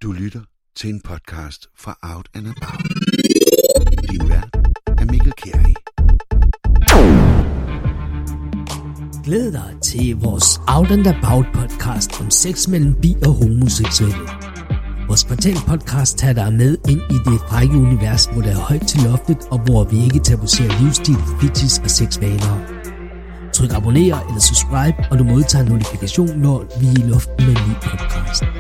Du lytter til en podcast fra Out and About. Din vært er Mikkel Kjærlig. Glæd dig til vores Out and About podcast om sex mellem bi- og homoseksuelle. Vores portalpodcast tager dig med ind i det frække univers, hvor der er højt til loftet, og hvor vi ikke tabuserer livsstil, fetish og sexvaner. Tryk abonner eller subscribe, og du modtager en notifikation, når vi er i luften med en ny podcast.